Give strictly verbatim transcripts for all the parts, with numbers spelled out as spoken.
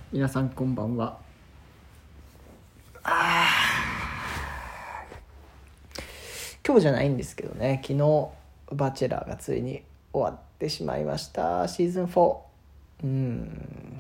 皆さんこんばんは。あ今日じゃないんですけどね、昨日バチェラーがついに終わってしまいました。シーズンフォー。うん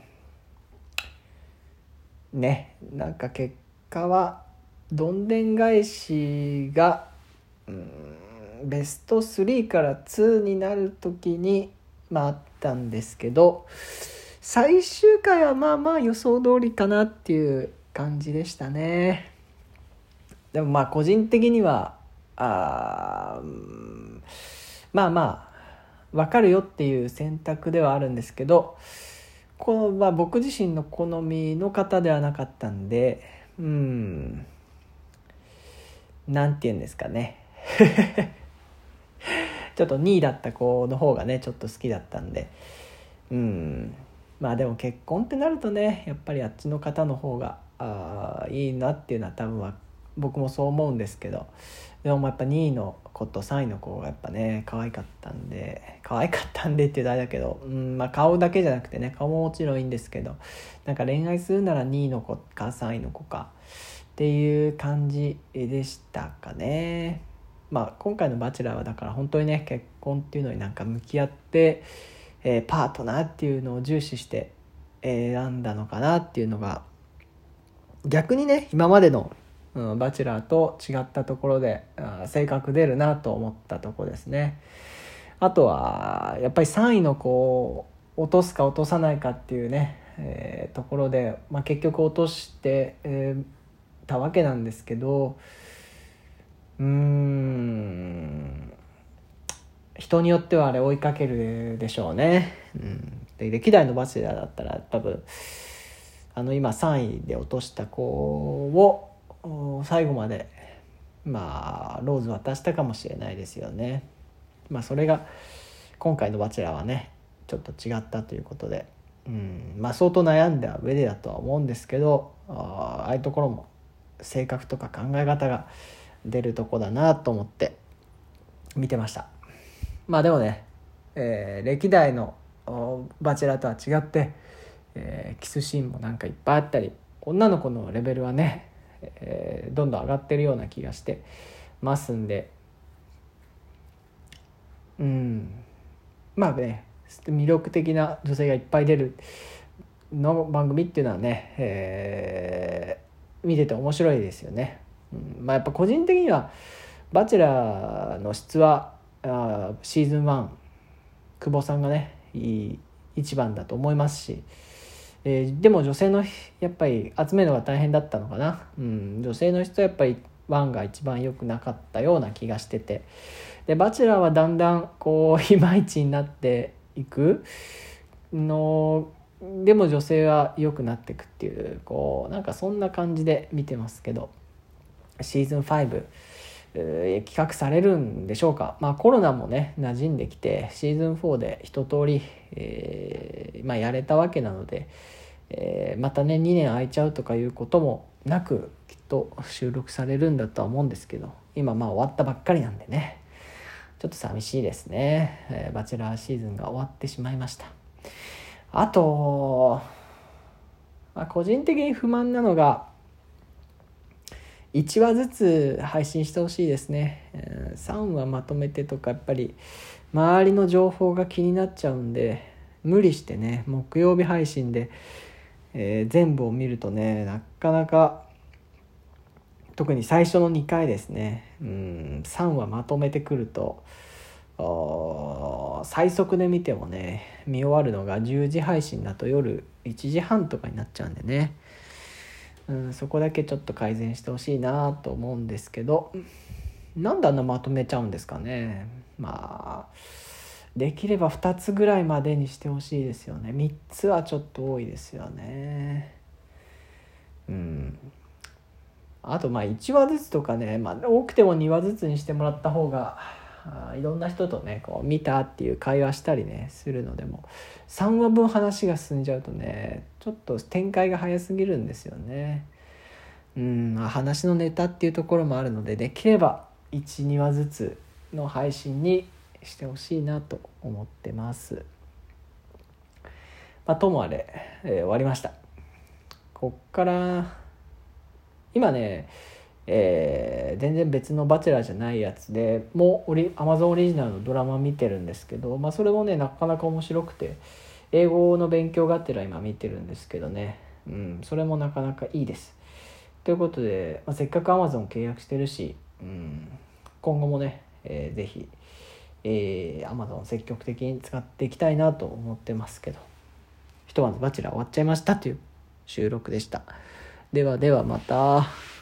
ねなんか結果はどんでん返しがうんベストスリーからツーになる時にまああったんですけど、最終回はまあまあ予想通りかなっていう感じでしたね。でもまあ個人的にはあまあまあ分かるよっていう選択ではあるんですけど、この、まあ、僕自身の好みの方ではなかったんで、うんなんて言うんですかねちょっとにいだった子の方がねちょっと好きだったんで、うんまあでも結婚ってなるとねやっぱりあっちの方の方があいいなっていうのは多分は僕もそう思うんですけど、でもやっぱにいの子とさんいの子がやっぱね可愛かったんで可愛かったんでっていうとあれだけど、うんまあ顔だけじゃなくてね、顔ももちろんいいんですけど、なんか恋愛するならにいの子かさんいの子かっていう感じでしたかね。まあ今回のバチェラーはだから本当にね結婚っていうのになんか向き合って、えー、パートナーっていうのを重視して選んだのかなっていうのが逆にね今までの、うん、バチェラーと違ったところで性格出るなと思ったところですね。あとはやっぱりさんいの子を落とすか落とさないかっていうね、えー、ところで、まあ、結局落として、えー、たわけなんですけど、うーん人によってはあれ追いかけるでしょうね、うん、で歴代のバチェラーだったら多分あの今さんいで落とした子を最後までまあローズ渡したかもしれないですよね。まあそれが今回のバチェラーはねちょっと違ったということで、うんまあ相当悩んだ上でだとは思うんですけど、あああいうところも性格とか考え方が出るとこだなと思って見てました。まあでもね、えー、歴代のバチェラーとは違って、えー、キスシーンもなんかいっぱいあったり、女の子のレベルはね、えー、どんどん上がってるような気がしてますんで、うんまあね魅力的な女性がいっぱい出るの番組っていうのはね、えー、見てて面白いですよね。うん、まあやっぱ個人的にはバチェラーの質はあシーズンワン久保さんがねいい一番だと思いますし、えー、でも女性のやっぱり集めるのが大変だったのかな、うん、女性の人はやっぱりワンが一番良くなかったような気がしてて、でバチェラーはだんだんこういまいちになっていくのでも女性は良くなっていくっていうこうなんかそんな感じで見てますけど、シーズンファイブ、えー、企画されるんでしょうか。まあコロナもね馴染んできてシーズンフォーで一通り、えーまあ、やれたわけなので、えー、またねにねん空いちゃうとかいうこともなくきっと収録されるんだとは思うんですけど、今まあ終わったばっかりなんでねちょっと寂しいですね、えー、バチェラーシーズンが終わってしまいました。あと、まあ、個人的に不満なのがいちわずつ配信してほしいですね、えー、さんわまとめてとかやっぱり周りの情報が気になっちゃうんで無理してね木曜日配信で、えー、全部を見るとねなかなか特に最初のにかいですね、うんさんわまとめてくると最速で見てもね見終わるのがじゅうじ配信だと夜いちじはんとかになっちゃうんでね、うん、そこだけちょっと改善してほしいなと思うんですけど、なんであんなまとめちゃうんですかね。まあできればふたつぐらいまでにしてほしいですよね。みっつはちょっと多いですよね。うんあとまあいちわずつとかね、まあ、多くてもにわずつにしてもらった方がいろんな人とねこう見たっていう会話したりねするのでもさんわぶん話が進んじゃうとねちょっと展開が早すぎるんですよね。うん話のネタっていうところもあるのでできればいち、にわずつの配信にしてほしいなと思ってます。まあ、ともあれ、えー、終わりました。 こっから今ね、えー全然別のバチェラーじゃないやつでもうオリ Amazon オリジナルのドラマ見てるんですけど、まあ、それもねなかなか面白くて、英語の勉強がてら今見てるんですけどね、うん、それもなかなかいいです。ということで、まあ、せっかく Amazon 契約してるし、うん、今後もね、えーぜひ、えー、Amazon 積極的に使っていきたいなと思ってますけど、ひとまずバチェラー終わっちゃいましたという収録でした。ではではまた。